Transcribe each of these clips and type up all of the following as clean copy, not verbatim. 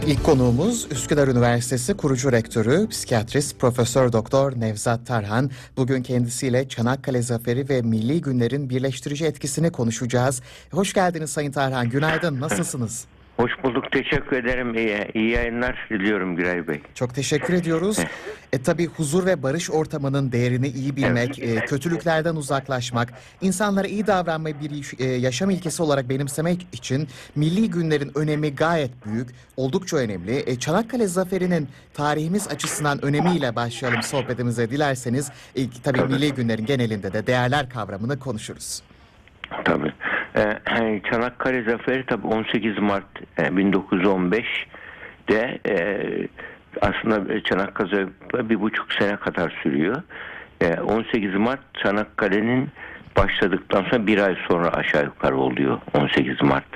İlk konuğumuz Üsküdar Üniversitesi kurucu rektörü, psikiyatrist Profesör Doktor Nevzat Tarhan. Bugün kendisiyle Çanakkale Zaferi ve Milli Günler'in birleştirici etkisini konuşacağız. Hoş geldiniz Sayın Tarhan. Günaydın. Nasılsınız? Hoş bulduk. Teşekkür ederim. İyi yayınlar diliyorum Güray Bey. Çok teşekkür ediyoruz. Tabii huzur ve barış ortamının değerini iyi bilmek, kötülüklerden uzaklaşmak, insanlara iyi davranmayı bir yaşam ilkesi olarak benimsemek için milli günlerin önemi gayet büyük, oldukça önemli. Çanakkale Zaferi'nin tarihimiz açısından önemiyle başlayalım sohbetimize dilerseniz. Tabii milli günlerin genelinde de değerler kavramını konuşuruz. Tabii. Çanakkale Zaferi tabii 18 Mart 1915'de aslında Çanakkale Zaferi 1,5 sene kadar sürüyor. 18 Mart Çanakkale'nin başladıktan sonra bir ay sonra aşağı yukarı oluyor 18 Mart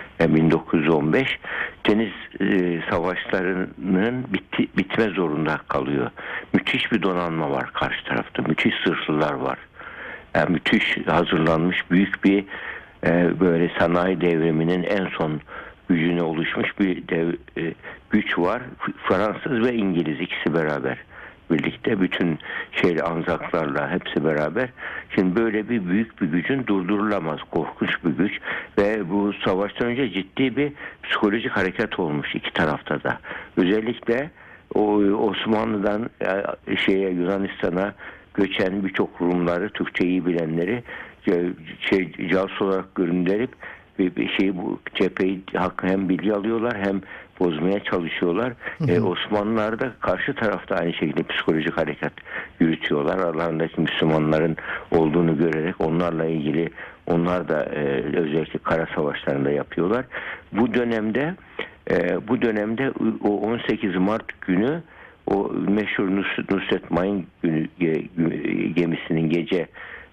1915. Deniz savaşlarının bitme zorunda kalıyor. Müthiş bir donanma var karşı tarafta. Müthiş zırhlılar var. Yani müthiş hazırlanmış büyük bir böyle sanayi devriminin en son gücüne oluşmuş bir güç var. Fransız ve İngiliz ikisi beraber birlikte bütün anzaklarla hepsi beraber. Şimdi böyle bir büyük bir gücün durdurulamaz, korkunç bir güç ve bu savaştan önce ciddi bir psikolojik hareket olmuş iki tarafta da. Özellikle o Osmanlı'dan Yunanistan'a göçen birçok Rumları, Türkçe iyi bilenleri casus olarak gönderip bu cepheyi hem bilgi alıyorlar hem bozmaya çalışıyorlar. Osmanlılar da karşı tarafta aynı şekilde psikolojik hareket yürütüyorlar. Aralarındaki Müslümanların olduğunu görerek onlarla ilgili onlar da özellikle kara savaşlarında yapıyorlar. Bu dönemde o 18 Mart günü o meşhur Nusret Mayın gemisinin gece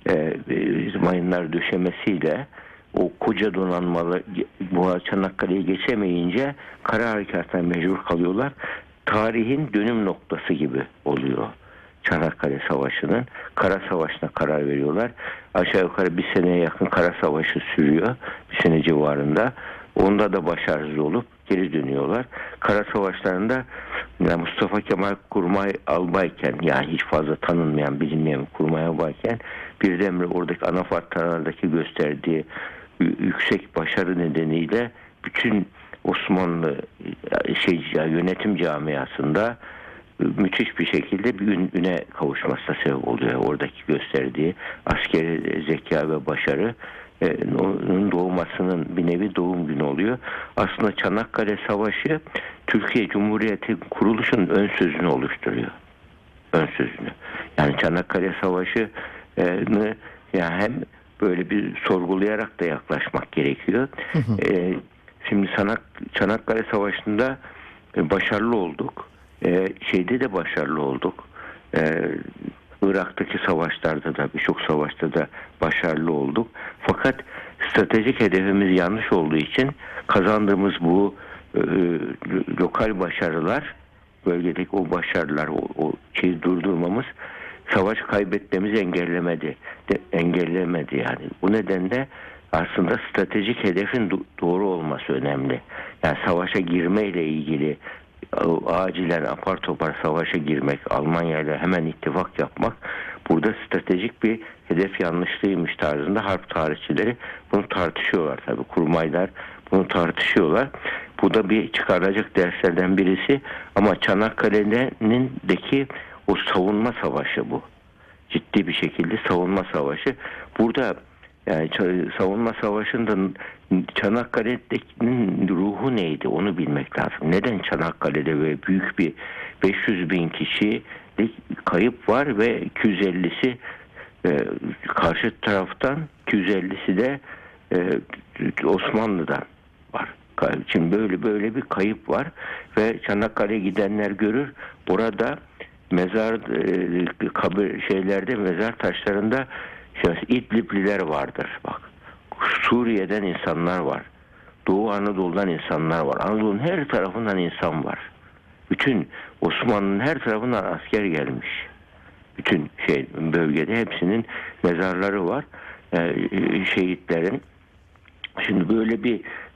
mayınlar döşemesiyle o koca donanmalı Çanakkale'yi geçemeyince kara harekatına mecbur kalıyorlar. Tarihin dönüm noktası gibi oluyor Çanakkale Savaşı'nın. Kara Savaşı'na karar veriyorlar. Aşağı yukarı bir seneye yakın kara savaşı sürüyor. Bir sene civarında. Onda da başarısız olup geri dönüyorlar. Kara savaşlarında Mustafa Kemal kurmay albayken, yani hiç fazla tanınmayan, bilinmeyen kurmay albayken birdenbire oradaki anafartlardaki gösterdiği yüksek başarı nedeniyle bütün Osmanlı yönetim camiasında müthiş bir şekilde bir üne kavuşmasına sebep oluyor. Oradaki gösterdiği askeri zeka ve başarı onun doğmasının bir nevi doğum günü oluyor. Aslında Çanakkale Savaşı Türkiye Cumhuriyeti kuruluşunun ön sözünü oluşturuyor. Ön sözünü. Yani Çanakkale Savaşı'nı hem böyle bir sorgulayarak da yaklaşmak gerekiyor. Şimdi Çanakkale Savaşı'nda başarılı olduk. De başarılı olduk. Irak'taki savaşlarda da birçok savaşta da başarılı olduk. Fakat stratejik hedefimiz yanlış olduğu için kazandığımız bu lokal başarılar, bölgedeki o başarılar, o durdurmamız savaş kaybetmemizi engellemedi yani. Bu nedenle aslında stratejik hedefin doğru olması önemli. Yani savaşa girmeyle ilgili acilen apar topar savaşa girmek, Almanya ile hemen ittifak yapmak, burada stratejik bir hedef yanlışlığıymış tarzında harp tarihçileri bunu tartışıyorlar tabii. Kurmaylar bunu tartışıyorlar. Bu da bir çıkarılacak derslerden birisi ama Çanakkale'deki o savunma savaşı bu. Ciddi bir şekilde savunma savaşı. Burada yani savunma savaşında Çanakkale'nin ruhu neydi onu bilmek lazım. Neden Çanakkale'de böyle büyük bir 500 bin kişilik kayıp var ve 250'si karşı taraftan, 250'si de Osmanlı'dan var. Şimdi böyle bir kayıp var ve Çanakkale'ye gidenler görür. Orada mezar mezar taşlarında İdlibliler vardır. Bak, Suriye'den insanlar var. Doğu Anadolu'dan insanlar var. Anadolu'nun her tarafından insan var. Bütün Osmanlı'nın her tarafından asker gelmiş. Bütün bölgede hepsinin mezarları var. Şehitlerin. Şimdi böyle bir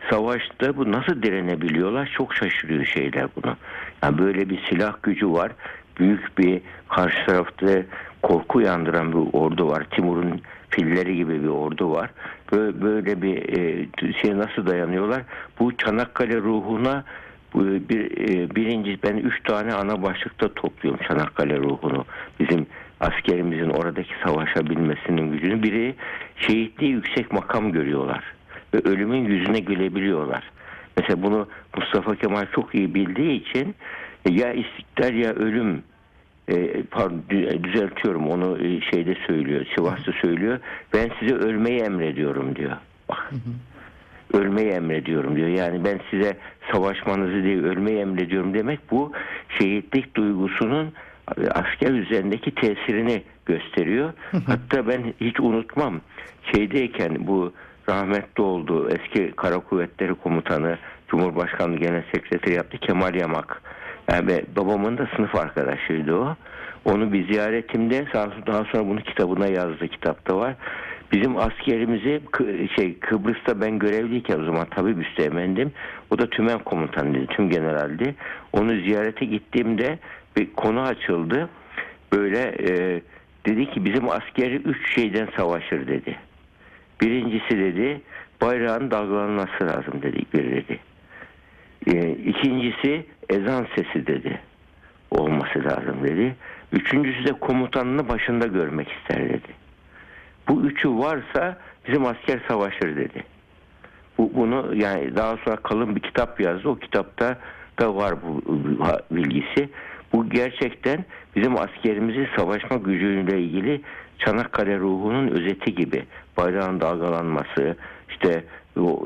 savaşta bu nasıl direnebiliyorlar? Çok şaşırıyor şeyler bunu. Yani böyle bir silah gücü var. Büyük bir karşı tarafta korku uyandıran bir ordu var. Timur'un filleri gibi bir ordu var. Böyle bir şey nasıl dayanıyorlar? Bu Çanakkale ruhuna birinci ben 3 tane ana başlıkta topluyorum Çanakkale ruhunu. Bizim askerimizin oradaki savaşabilmesinin gücünü. Biri şehitliği yüksek makam görüyorlar ve ölümün yüzüne gülebiliyorlar. Mesela bunu Mustafa Kemal çok iyi bildiği için ya istiklal ya ölüm, pardon, düzeltiyorum onu, şeyde söylüyor, Sivas'ta söylüyor. Ben size ölmeyi emrediyorum diyor. Bak. Ölmeyi emrediyorum diyor. Yani ben size savaşmanızı değil, ölmeyi emrediyorum demek, bu şehitlik duygusunun asker üzerindeki tesirini gösteriyor. Hatta ben hiç unutmam, şeydeyken, bu rahmetli oldu eski Kara Kuvvetleri Komutanı, Cumhurbaşkanlığı Genel Sekreteri yaptı, Kemal Yamak. Yani babamın da sınıf arkadaşıydı o. Onu bir ziyaretimde, daha sonra bunu kitabına yazdı, kitapta var. Bizim askerimizi Kıbrıs'ta ben görevliyken, o zaman tabii üsteğmendim. O da tümen komutanıydı, tüm generaldi. Onu ziyarete gittiğimde bir konu açıldı. Böyle dedi ki bizim askeri 3 şeyden savaşır dedi. Birincisi dedi, bayrağın dalgalanması lazım dedi. İkincisi ezan sesi dedi. Olması lazım dedi. Üçüncüsü de komutanını başında görmek ister dedi. Bu üçü varsa bizim asker savaşır dedi. Bunu yani daha sonra kalın bir kitap yazdı. O kitapta da var bu bilgisi. Bu gerçekten bizim askerimizin savaşma gücüyle ilgili Çanakkale ruhunun özeti gibi. Bayrağın dalgalanması, işte o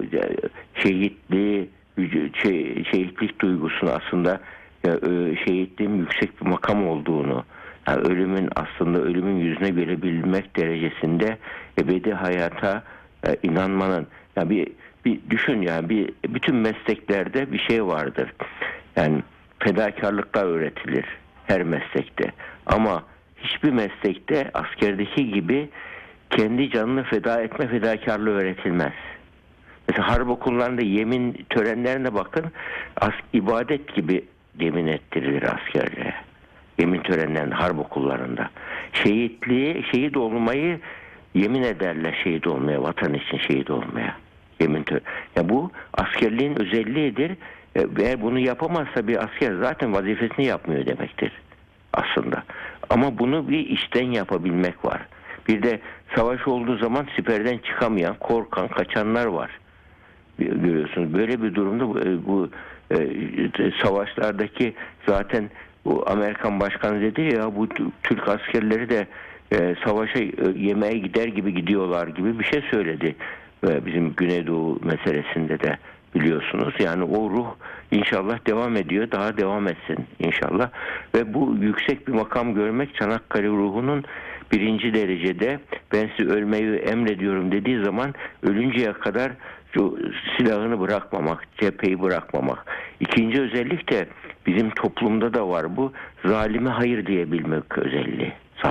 şehitlik duygusunu, aslında şehitliğin yüksek bir makam olduğunu, yani ölümün yüzüne görebilmek derecesinde ebedi hayata inanmanın, yani bir düşün, yani bütün mesleklerde bir şey vardır. Yani fedakarlıklar öğretilir her meslekte. Ama hiçbir meslekte askerdeki gibi kendi canını feda etme fedakarlığı öğretilmez. Mesela harp okullarında yemin törenlerine bakın, ibadet gibi yemin ettirilir askerlere. Yemin törenlerinde, harp okullarında. Şehit olmayı yemin ederler, şehit olmaya, vatan için şehit olmaya. Ya bu askerliğin özelliğidir. Eğer bunu yapamazsa bir asker zaten vazifesini yapmıyor demektir aslında. Ama bunu bir işten yapabilmek var. Bir de savaş olduğu zaman siperden çıkamayan, korkan, kaçanlar var. Görüyorsunuz. Böyle bir durumda bu savaşlardaki, zaten bu Amerikan başkanı dedi ya, bu Türk askerleri de savaşa yemeğe gider gibi gidiyorlar gibi bir şey söyledi. Bizim Güneydoğu meselesinde de biliyorsunuz. Yani o ruh inşallah devam ediyor. Daha devam etsin inşallah. Ve bu yüksek bir makam görmek, Çanakkale ruhunun birinci derecede ben size ölmeyi emrediyorum dediği zaman ölünceye kadar silahını bırakmamak, cepheyi bırakmamak. İkinci özellik de bizim toplumda da var bu. Zalime hayır diyebilmek özelliği.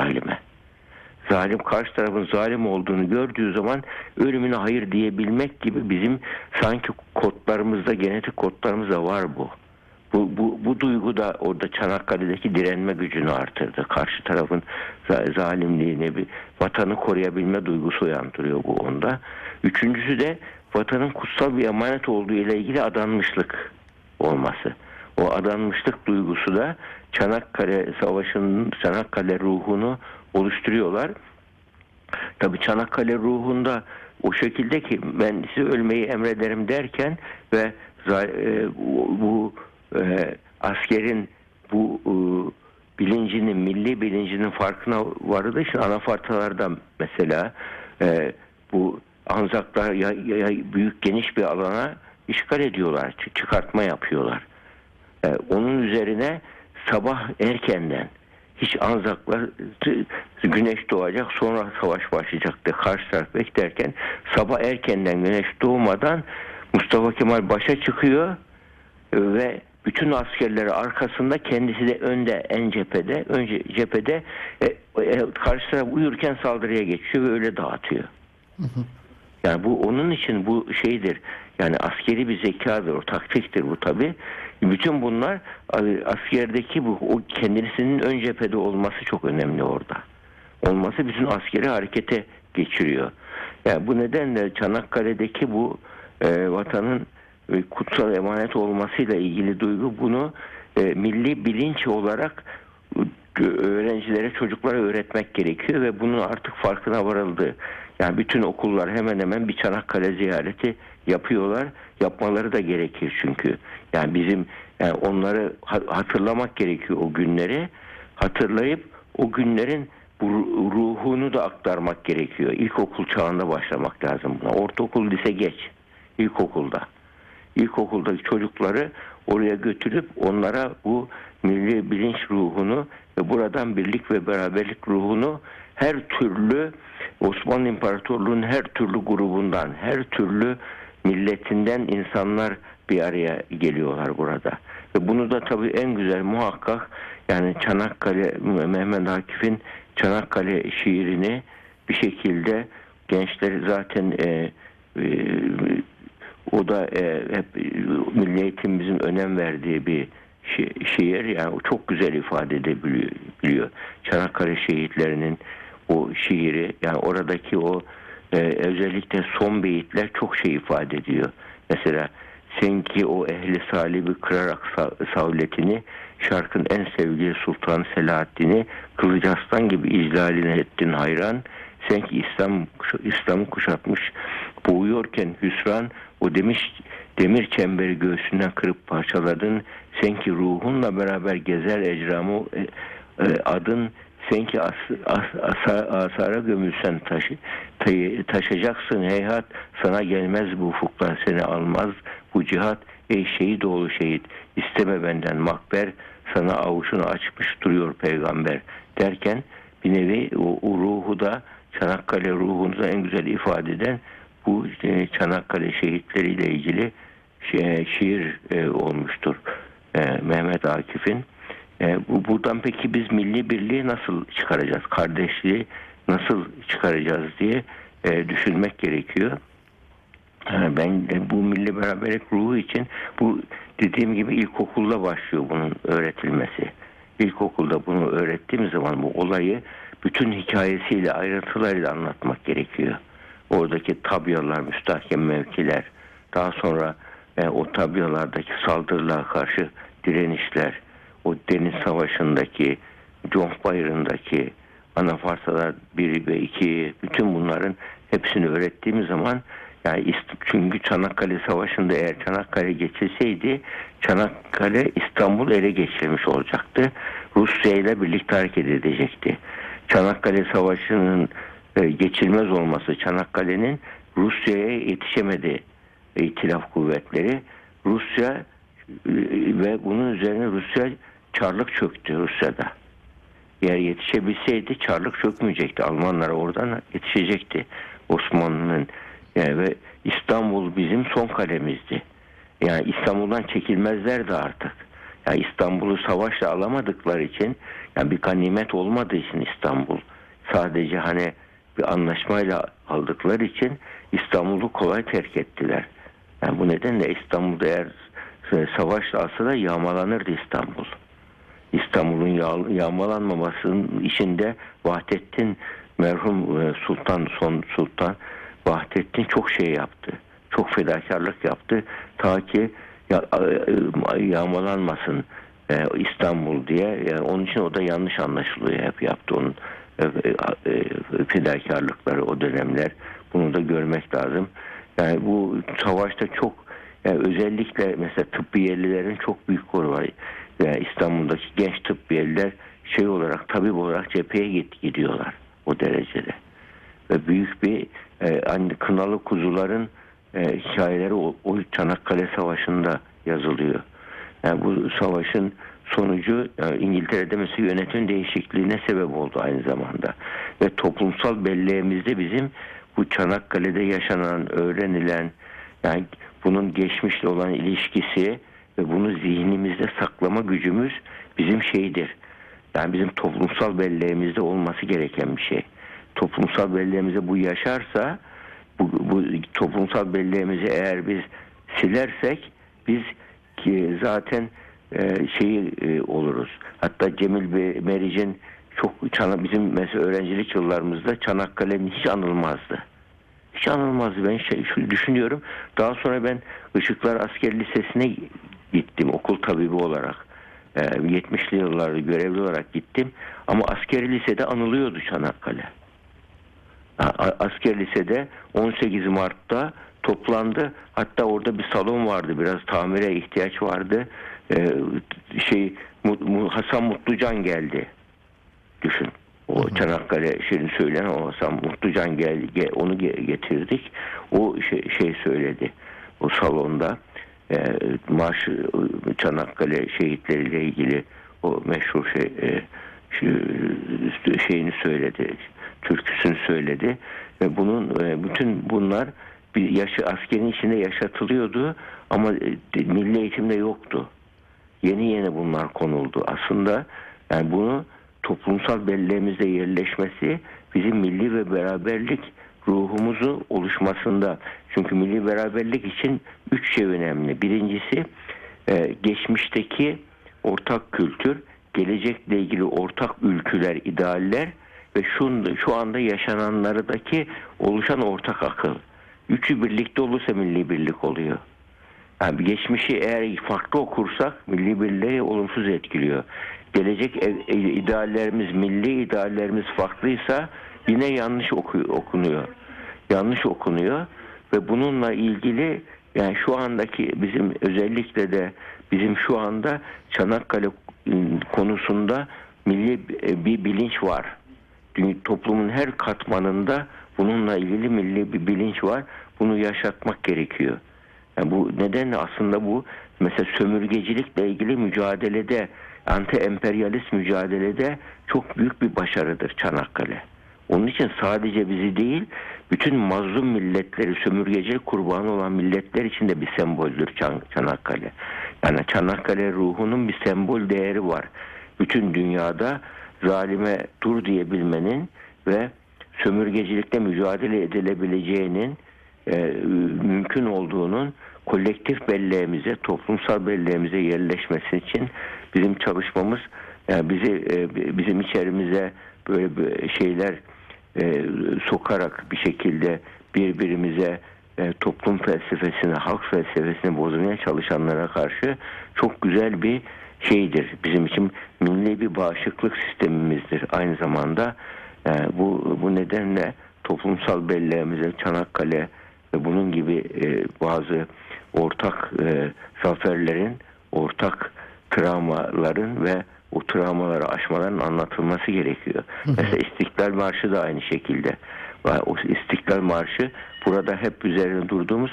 Zalim, karşı tarafın zalim olduğunu gördüğü zaman ölümüne hayır diyebilmek gibi bizim sanki kodlarımızda, genetik kodlarımızda var bu. Bu duygu da orada Çanakkale'deki direnme gücünü artırdı. Karşı tarafın zalimliğini, bir vatanı koruyabilme duygusu uyandırıyor bu onda. Üçüncüsü de vatanın kutsal bir emanet olduğu ile ilgili adanmışlık olması. O adanmışlık duygusu da Çanakkale Savaşı'nın Çanakkale ruhunu oluşturuyorlar. Tabii Çanakkale ruhunda o şekilde ki ben size ölmeyi emrederim derken ve bu askerin bu bilincinin, milli bilincinin farkına vardığı için anafartalarda mesela bu Anzaklar büyük geniş bir alana işgal ediyorlar, çıkartma yapıyorlar. Onun üzerine sabah erkenden, hiç Anzaklar güneş doğacak sonra savaş başlayacak diye karşı taraf beklerken, sabah erkenden güneş doğmadan Mustafa Kemal başa çıkıyor ve bütün askerleri arkasında, kendisi de önde, önce cephede karşı taraf uyurken saldırıya geçiyor ve öyle dağıtıyor. Yani bu onun için bu şeydir. Yani askeri bir zekadır, o taktiktir bu tabi. Bütün bunlar askerdeki bu o kendisinin ön cephede olması çok önemli orada. Olması bütün askeri harekete geçiriyor. Yani bu nedenle Çanakkale'deki bu vatanın kutsal emanet olmasıyla ilgili duygu, bunu milli bilinç olarak öğrencilere, çocuklara öğretmek gerekiyor ve bunun artık farkına varıldı. Yani bütün okullar hemen hemen bir Çanakkale ziyareti yapıyorlar. Yapmaları da gerekir çünkü. Yani bizim onları hatırlamak gerekiyor, o günleri. Hatırlayıp o günlerin bu ruhunu da aktarmak gerekiyor. İlkokul çağında başlamak lazım buna. Ortaokul, lise geç. İlkokuldaki çocukları oraya götürüp onlara bu milli bilinç ruhunu ve buradan birlik ve beraberlik ruhunu her türlü Osmanlı İmparatorluğu'nun her türlü grubundan, her türlü milletinden insanlar bir araya geliyorlar burada. Ve bunu da tabii en güzel muhakkak yani Çanakkale, Mehmet Akif'in Çanakkale şiirini bir şekilde gençler zaten o da hep milli eğitimimizin önem verdiği bir şiir. Yani o çok güzel ifade edebiliyor. Çanakkale şehitlerinin o şiiri, yani oradaki o özellikle son beyitler çok şey ifade ediyor. Mesela sen ki o ehli salibi kırarak savletini, şarkın en sevgili Sultan Selahaddin'i Kılıç Arslan gibi iclaline ettin hayran. Sen ki İslam'ı kuşatmış boğuyorken hüsran, o demir çemberi göğsünden kırıp parçaladın. Sen ki ruhunla beraber gezer ecramı adın. Sen ki asara gömülsen taşacaksın heyhat, sana gelmez bu ufuklar, seni almaz bu cihat. Ey şehit oğlu şehit, isteme benden makber, sana avuçunu açmış duruyor peygamber derken bir nevi o ruhu da, Çanakkale ruhunu da en güzel ifade eden bu Çanakkale şehitleriyle ilgili şiir olmuştur Mehmet Akif'in. Buradan peki biz milli birliği nasıl çıkaracağız? Kardeşliği nasıl çıkaracağız diye düşünmek gerekiyor. Ben de bu milli beraberlik ruhu için, bu dediğim gibi ilkokulda başlıyor bunun öğretilmesi. İlkokulda bunu öğrettiğim zaman bu olayı bütün hikayesiyle, ayrıntılarıyla anlatmak gerekiyor. Oradaki tabyalar, müstahkem mevkiler, daha sonra o tabyalardaki saldırılara karşı direnişler, o deniz savaşındaki, Conk Bayırı'ndaki, Anafarsalar 1 ve 2, bütün bunların hepsini öğrettiğimiz zaman, yani çünkü Çanakkale Savaşı'nda eğer Çanakkale geçilseydi, Çanakkale İstanbul ele geçirilmiş olacaktı. Rusya ile birlikte hareket edecekti. Çanakkale Savaşı'nın geçilmez olması, Çanakkale'nin, Rusya'ya yetişemedi İtilaf kuvvetleri. Rusya ve bunun üzerine Rusya çarlık çöktü Rusya'da. Eğer yetişebilseydi çarlık çökmeyecekti. Almanlar oradan yetişecekti Osmanlı'nın. Yani ve İstanbul bizim son kalemizdi. Yani İstanbul'dan çekilmezlerdi artık. Yani İstanbul'u savaşla alamadıkları için, yani bir ganimet olmadığı için İstanbul, sadece hani bir anlaşmayla aldıkları için İstanbul'u kolay terk ettiler. Yani bu nedenle İstanbul'da eğer savaşla alsa da yağmalanırdı İstanbul. İstanbul'un yağmalanmamasının içinde Vahdettin, merhum son sultan Vahdettin çok şey yaptı. Çok fedakarlık yaptı. Ta ki yağmalanmasın İstanbul diye. Yani onun için o da yanlış anlaşılıyor. Hep yaptı onun fedakarlıkları o dönemler. Bunu da görmek lazım. Yani bu savaşta çok, yani özellikle mesela tıbbiyelilerin çok büyük rolü var. Yani İstanbul'daki genç tıbbiyeliler tabip olarak cepheye gidiyorlar o derecede. Ve büyük bir Kınalı Kuzuların hikayeleri o Çanakkale Savaşı'nda yazılıyor. Yani bu savaşın sonucu İngiltere'de mesela yönetim değişikliğine sebep oldu aynı zamanda. Ve toplumsal belleğimizde bizim bu Çanakkale'de yaşanan, öğrenilen, yani bunun geçmişle olan ilişkisi ve bunu zihnimizde saklama gücümüz bizim şeydir. Yani bizim toplumsal belleğimizde olması gereken bir şey. Toplumsal belleğimizde bu yaşarsa, bu toplumsal belleğimizi eğer biz silersek biz ki zaten oluruz. Hatta Cemil Meriç'in bizim mesela öğrencilik yıllarımızda Çanakkale'nin hiç anılmazdı. Hiç anılmazdı. Ben şu düşünüyorum. Daha sonra ben Işıklar Asker Lisesi'ne gittim okul tabibi olarak. 70'li yıllarda görevli olarak gittim. Ama askeri lisede anılıyordu Çanakkale. Asker lisede 18 Mart'ta toplandı. Hatta orada bir salon vardı. Biraz tamire ihtiyaç vardı. Hasan Mutlucan geldi. Düşün. O Çanakkale şiirini söyleyen o Hasan Mutlucan geldi. Onu getirdik. O söyledi. O salonda marş Çanakkale şehitleriyle ilgili o meşhur şeyini söyledi. Türküsünü söyledi. Ve bütün bunlar askerin içinde yaşatılıyordu ama milli eğitimde yoktu. Yeni bunlar konuldu. Aslında yani bunu toplumsal belleğimizde yerleşmesi bizim milli ve beraberlik ruhumuzu oluşmasında. Çünkü milli beraberlik için 3 şey önemli. Birincisi geçmişteki ortak kültür, gelecekle ilgili ortak ülküler, idealler ve şu anda yaşananlardaki oluşan ortak akıl. Üçü birlikte olursa milli birlik oluyor. Yani geçmişi eğer farklı okursak milli birliği olumsuz etkiliyor. Gelecek ideallerimiz, milli ideallerimiz farklıysa yine yanlış okunuyor. Yanlış okunuyor ve bununla ilgili yani şu andaki bizim özellikle de bizim şu anda Çanakkale konusunda milli bir bilinç var. Toplumun her katmanında bununla ilgili milli bir bilinç var. Bunu yaşatmak gerekiyor. Yani bu nedenle aslında bu mesela sömürgecilikle ilgili mücadelede, anti-emperyalist mücadelede çok büyük bir başarıdır Çanakkale. Onun için sadece bizi değil, bütün mazlum milletleri, sömürgecilik kurbanı olan milletler için de bir semboldür Çanakkale. Yani Çanakkale ruhunun bir sembol değeri var. Bütün dünyada zalime dur diyebilmenin ve sömürgecilikle mücadele edilebileceğinin mümkün olduğunun kolektif belleğimize, toplumsal belleğimize yerleşmesi için bizim çalışmamız yani bizim içerimize böyle şeyler sokarak bir şekilde birbirimize toplum felsefesini, halk felsefesini bozmaya çalışanlara karşı çok güzel bir şeydir. Bizim için milli bir bağışıklık sistemimizdir. Aynı zamanda bu nedenle toplumsal belleğimize Çanakkale ve bunun gibi bazı ortak zaferlerin, ortak travmaların ve o travmaları aşmaların anlatılması gerekiyor. Mesela İstiklal Marşı da aynı şekilde. O İstiklal Marşı burada hep üzerine durduğumuz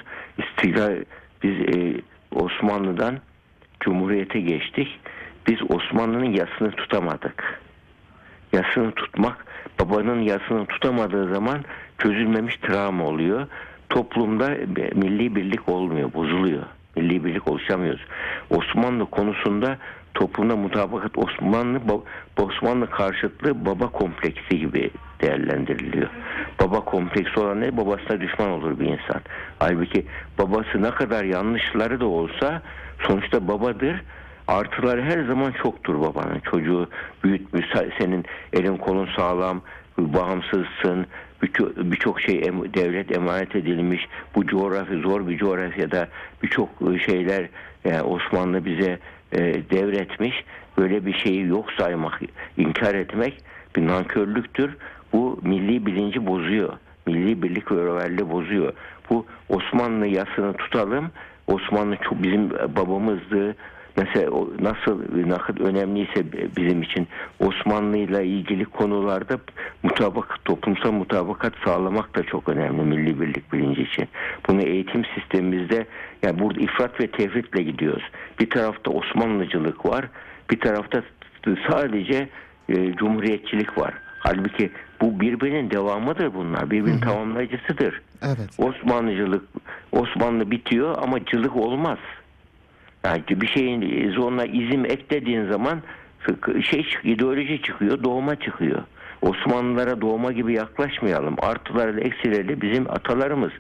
biz Osmanlı'dan Cumhuriyete geçtik. Biz Osmanlı'nın yasını tutamadık. Yasını tutmak, babanın yasını tutamadığı zaman çözülmemiş travma oluyor. Toplumda milli birlik olmuyor, bozuluyor. Milli birlik oluşamıyoruz. Osmanlı konusunda toplumda mutabakat Osmanlı karşıtlığı baba kompleksi gibi değerlendiriliyor. Baba kompleksi olan ne? Babasına düşman olur bir insan. Halbuki babası ne kadar yanlışları da olsa sonuçta babadır. Artıları her zaman çoktur babanın. Çocuğu büyütmüş, senin elin kolun sağlam, bağımsızsın, birçok şey devlet emanet edilmiş. Bu coğrafya zor bir coğrafyada birçok şeyler Osmanlı bize devretmiş. Böyle bir şeyi yok saymak, inkar etmek bir nankörlüktür. Bu milli bilinci bozuyor. Milli birlik ve beraberliği bozuyor. Bu Osmanlı yasını tutalım. Osmanlı çok bizim babamızdı. Mesela ne kadar önemliyse bizim için Osmanlı'yla ilgili konularda toplumsal mutabakat sağlamak da çok önemli milli birlik bilinci için. Bunu eğitim sistemimizde yani burada ifrat ve tefritle gidiyoruz. Bir tarafta Osmanlıcılık var, bir tarafta sadece cumhuriyetçilik var. Halbuki bu birbirinin devamıdır bunlar. Birbirinin tamamlayıcısıdır. Evet. Osmanlı bitiyor ama cılık olmaz. Yani bir şeyin zoruna izim eklediğin zaman ideoloji çıkıyor, doğma çıkıyor. Osmanlılara doğma gibi yaklaşmayalım. Artıları da eksileri de bizim atalarımız.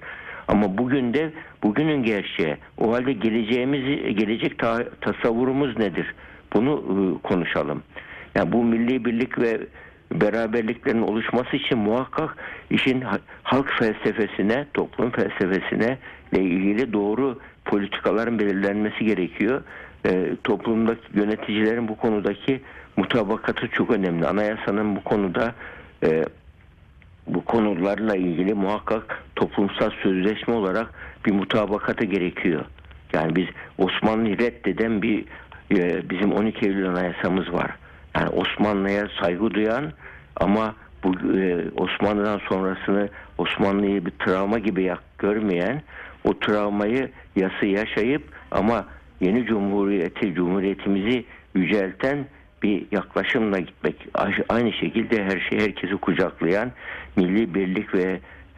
Ama bugünün gerçeği. O halde gelecek tasavvurumuz nedir? Bunu konuşalım. Yani bu milli birlik ve beraberliklerin oluşması için muhakkak işin halk felsefesine, toplum felsefesine ile ilgili doğru politikaların belirlenmesi gerekiyor. Toplumdaki yöneticilerin bu konudaki mutabakatı çok önemli. Anayasanın bu konularla ilgili muhakkak toplumsal sözleşme olarak bir mutabakatı gerekiyor. Yani biz Osmanlı'yı reddeden bizim 12 Eylül Anayasamız var. Yani Osmanlı'ya saygı duyan ama bu Osmanlı'dan sonrasını Osmanlı'yı bir travma gibi görmeyen, o travmayı yaşayıp ama yeni cumhuriyetimizi yücelten bir yaklaşımla gitmek. Aynı şekilde herkesi kucaklayan, milli birlik ve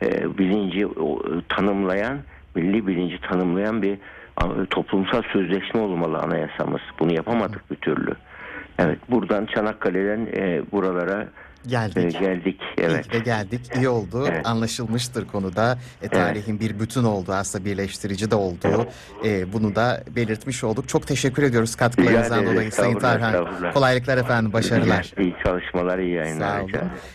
milli bilinci tanımlayan bir toplumsal sözleşme olmalı anayasamız. Bunu yapamadık bir türlü. Evet, buradan Çanakkale'den buralara geldik. Evet. İyi de geldik. İyi oldu. Evet. Anlaşılmıştır konuda. Tarihin bir bütün olduğu, aslında birleştirici de olduğu. Bunu da belirtmiş olduk. Çok teşekkür ediyoruz katkılarınızdan dolayı Sayın Tarhan. Kolaylıklar efendim. Başarılar. İyi çalışmalar, iyi yayınlar. Sağ olun.